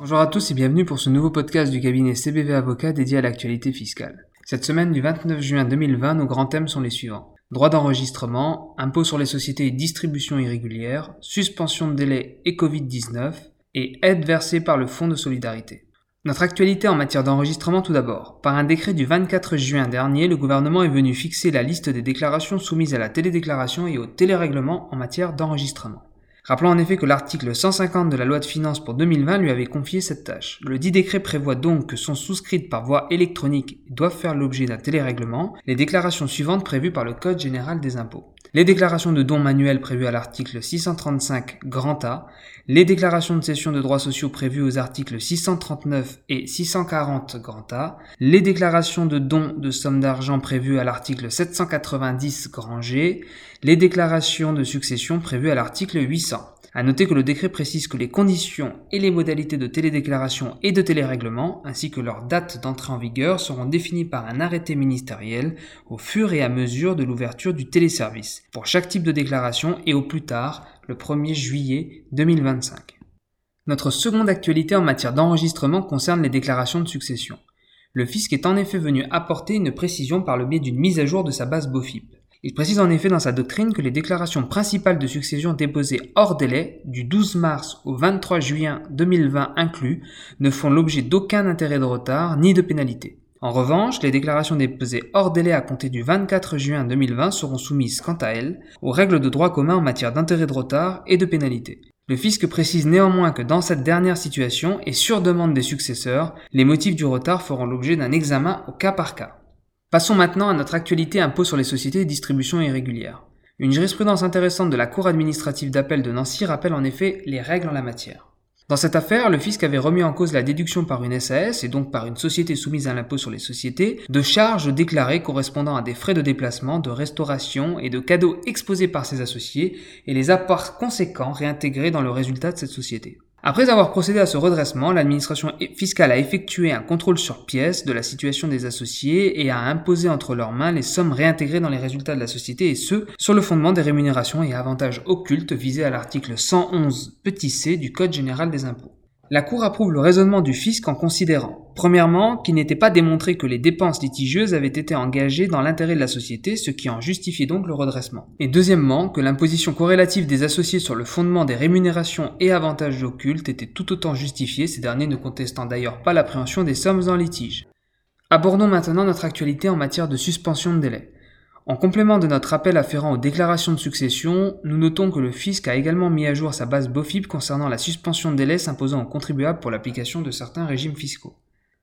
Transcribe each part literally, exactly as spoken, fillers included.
Bonjour à tous et bienvenue pour ce nouveau podcast du cabinet C B V Avocat dédié à l'actualité fiscale. Cette semaine du vingt-neuf juin deux mille vingt, nos grands thèmes sont les suivants. Droit d'enregistrement, impôt sur les sociétés et distribution irrégulière, suspension de délai et covid dix-neuf et aide versée par le Fonds de solidarité. Notre actualité en matière d'enregistrement tout d'abord. Par un décret du vingt-quatre juin dernier, le gouvernement est venu fixer la liste des déclarations soumises à la télédéclaration et au télérèglement en matière d'enregistrement. Rappelons en effet que l'article cent cinquante de la loi de finances pour deux mille vingt lui avait confié cette tâche. Le dit décret prévoit donc que sont souscrites par voie électronique et doivent faire l'objet d'un télérèglement les déclarations suivantes prévues par le Code général des impôts. Les déclarations de dons manuels prévues à l'article six cent trente-cinq grand A, les déclarations de cession de droits sociaux prévues aux articles six cent trente-neuf et six cent quarante grand A, les déclarations de dons de sommes d'argent prévues à l'article sept cent quatre-vingt-dix grand G, les déclarations de succession prévues à l'article huit cents. À noter que le décret précise que les conditions et les modalités de télédéclaration et de télérèglement, ainsi que leur date d'entrée en vigueur, seront définies par un arrêté ministériel au fur et à mesure de l'ouverture du téléservice, pour chaque type de déclaration et au plus tard, le premier juillet deux mille vingt-cinq. Notre seconde actualité en matière d'enregistrement concerne les déclarations de succession. Le fisc est en effet venu apporter une précision par le biais d'une mise à jour de sa base BOFIP. Il précise en effet dans sa doctrine que les déclarations principales de succession déposées hors délai, du douze mars au vingt-trois juin deux mille vingt inclus, ne font l'objet d'aucun intérêt de retard ni de pénalité. En revanche, les déclarations déposées hors délai à compter du vingt-quatre juin deux mille vingt seront soumises, quant à elles, aux règles de droit commun en matière d'intérêt de retard et de pénalité. Le fisc précise néanmoins que dans cette dernière situation, et sur demande des successeurs, les motifs du retard feront l'objet d'un examen au cas par cas. Passons maintenant à notre actualité impôt sur les sociétés et distribution irrégulière. Une jurisprudence intéressante de la Cour administrative d'appel de Nancy rappelle en effet les règles en la matière. Dans cette affaire, le fisc avait remis en cause la déduction par une S A S, et donc par une société soumise à l'impôt sur les sociétés, de charges déclarées correspondant à des frais de déplacement, de restauration et de cadeaux exposés par ses associés, et les apports conséquents réintégrés dans le résultat de cette société. Après avoir procédé à ce redressement, l'administration fiscale a effectué un contrôle sur pièces de la situation des associés et a imposé entre leurs mains les sommes réintégrées dans les résultats de la société, et ce, sur le fondement des rémunérations et avantages occultes visés à l'article cent onze petit c du Code général des impôts. La Cour approuve le raisonnement du fisc en considérant, premièrement, qu'il n'était pas démontré que les dépenses litigieuses avaient été engagées dans l'intérêt de la société, ce qui en justifiait donc le redressement. Et deuxièmement, que l'imposition corrélative des associés sur le fondement des rémunérations et avantages occultes était tout autant justifiée, ces derniers ne contestant d'ailleurs pas l'appréhension des sommes en litige. Abordons maintenant notre actualité en matière de suspension de délai. En complément de notre appel afférent aux déclarations de succession, nous notons que le fisc a également mis à jour sa base BOFIP concernant la suspension de délai s'imposant aux contribuables pour l'application de certains régimes fiscaux.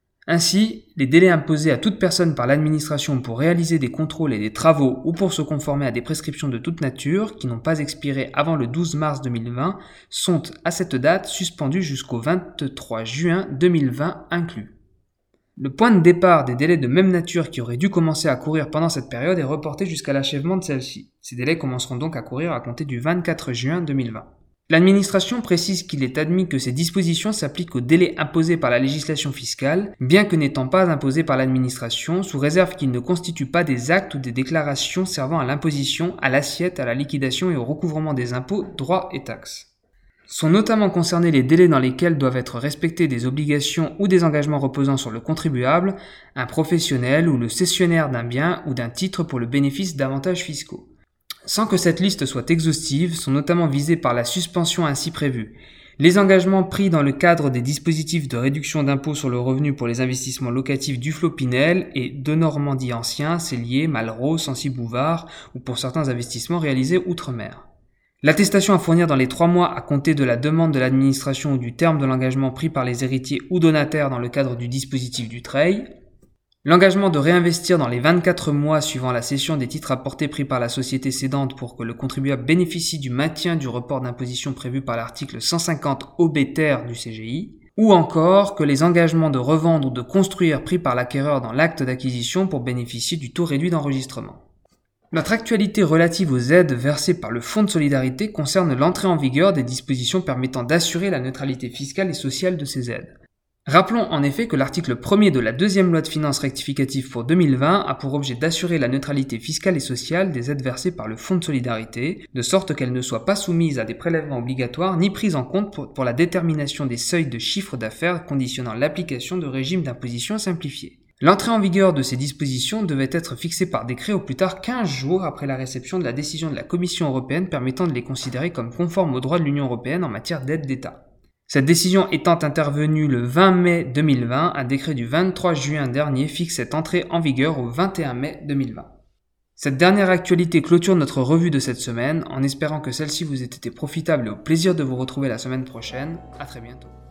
Ainsi, les délais imposés à toute personne par l'administration pour réaliser des contrôles et des travaux ou pour se conformer à des prescriptions de toute nature qui n'ont pas expiré avant le douze mars deux mille vingt sont à cette date suspendus jusqu'au vingt-trois juin deux mille vingt inclus. Le point de départ des délais de même nature qui auraient dû commencer à courir pendant cette période est reporté jusqu'à l'achèvement de celle-ci. Ces délais commenceront donc à courir à compter du vingt-quatre juin deux mille vingt. L'administration précise qu'il est admis que ces dispositions s'appliquent aux délais imposés par la législation fiscale, bien que n'étant pas imposés par l'administration, sous réserve qu'ils ne constituent pas des actes ou des déclarations servant à l'imposition, à l'assiette, à la liquidation et au recouvrement des impôts, droits et taxes. Sont notamment concernés les délais dans lesquels doivent être respectées des obligations ou des engagements reposant sur le contribuable, un professionnel ou le cessionnaire d'un bien ou d'un titre pour le bénéfice d'avantages fiscaux. Sans que cette liste soit exhaustive, sont notamment visés par la suspension ainsi prévue les engagements pris dans le cadre des dispositifs de réduction d'impôt sur le revenu pour les investissements locatifs Duflot Pinel et de Normandie Ancien, Cellier, Malraux, Sancy-Bouvard ou pour certains investissements réalisés outre-mer. L'attestation à fournir dans les trois mois à compter de la demande de l'administration ou du terme de l'engagement pris par les héritiers ou donataires dans le cadre du dispositif du T R E I. L'engagement de réinvestir dans les vingt-quatre mois suivant la cession des titres apportés pris par la société cédante pour que le contribuable bénéficie du maintien du report d'imposition prévu par l'article cent cinquante O B ter du C G I. Ou encore que les engagements de revendre ou de construire pris par l'acquéreur dans l'acte d'acquisition pour bénéficier du taux réduit d'enregistrement. Notre actualité relative aux aides versées par le Fonds de solidarité concerne l'entrée en vigueur des dispositions permettant d'assurer la neutralité fiscale et sociale de ces aides. Rappelons en effet que l'article premier de la deuxième loi de finances rectificative pour deux mille vingt a pour objet d'assurer la neutralité fiscale et sociale des aides versées par le Fonds de solidarité, de sorte qu'elles ne soient pas soumises à des prélèvements obligatoires ni prises en compte pour, pour la détermination des seuils de chiffre d'affaires conditionnant l'application de régimes d'imposition simplifiés. L'entrée en vigueur de ces dispositions devait être fixée par décret au plus tard quinze jours après la réception de la décision de la Commission européenne permettant de les considérer comme conformes aux droits de l'Union européenne en matière d'aide d'État. Cette décision étant intervenue le vingt mai deux mille vingt, un décret du vingt-trois juin dernier fixe cette entrée en vigueur au vingt et un mai deux mille vingt. Cette dernière actualité clôture notre revue de cette semaine, en espérant que celle-ci vous ait été profitable et au plaisir de vous retrouver la semaine prochaine. À très bientôt.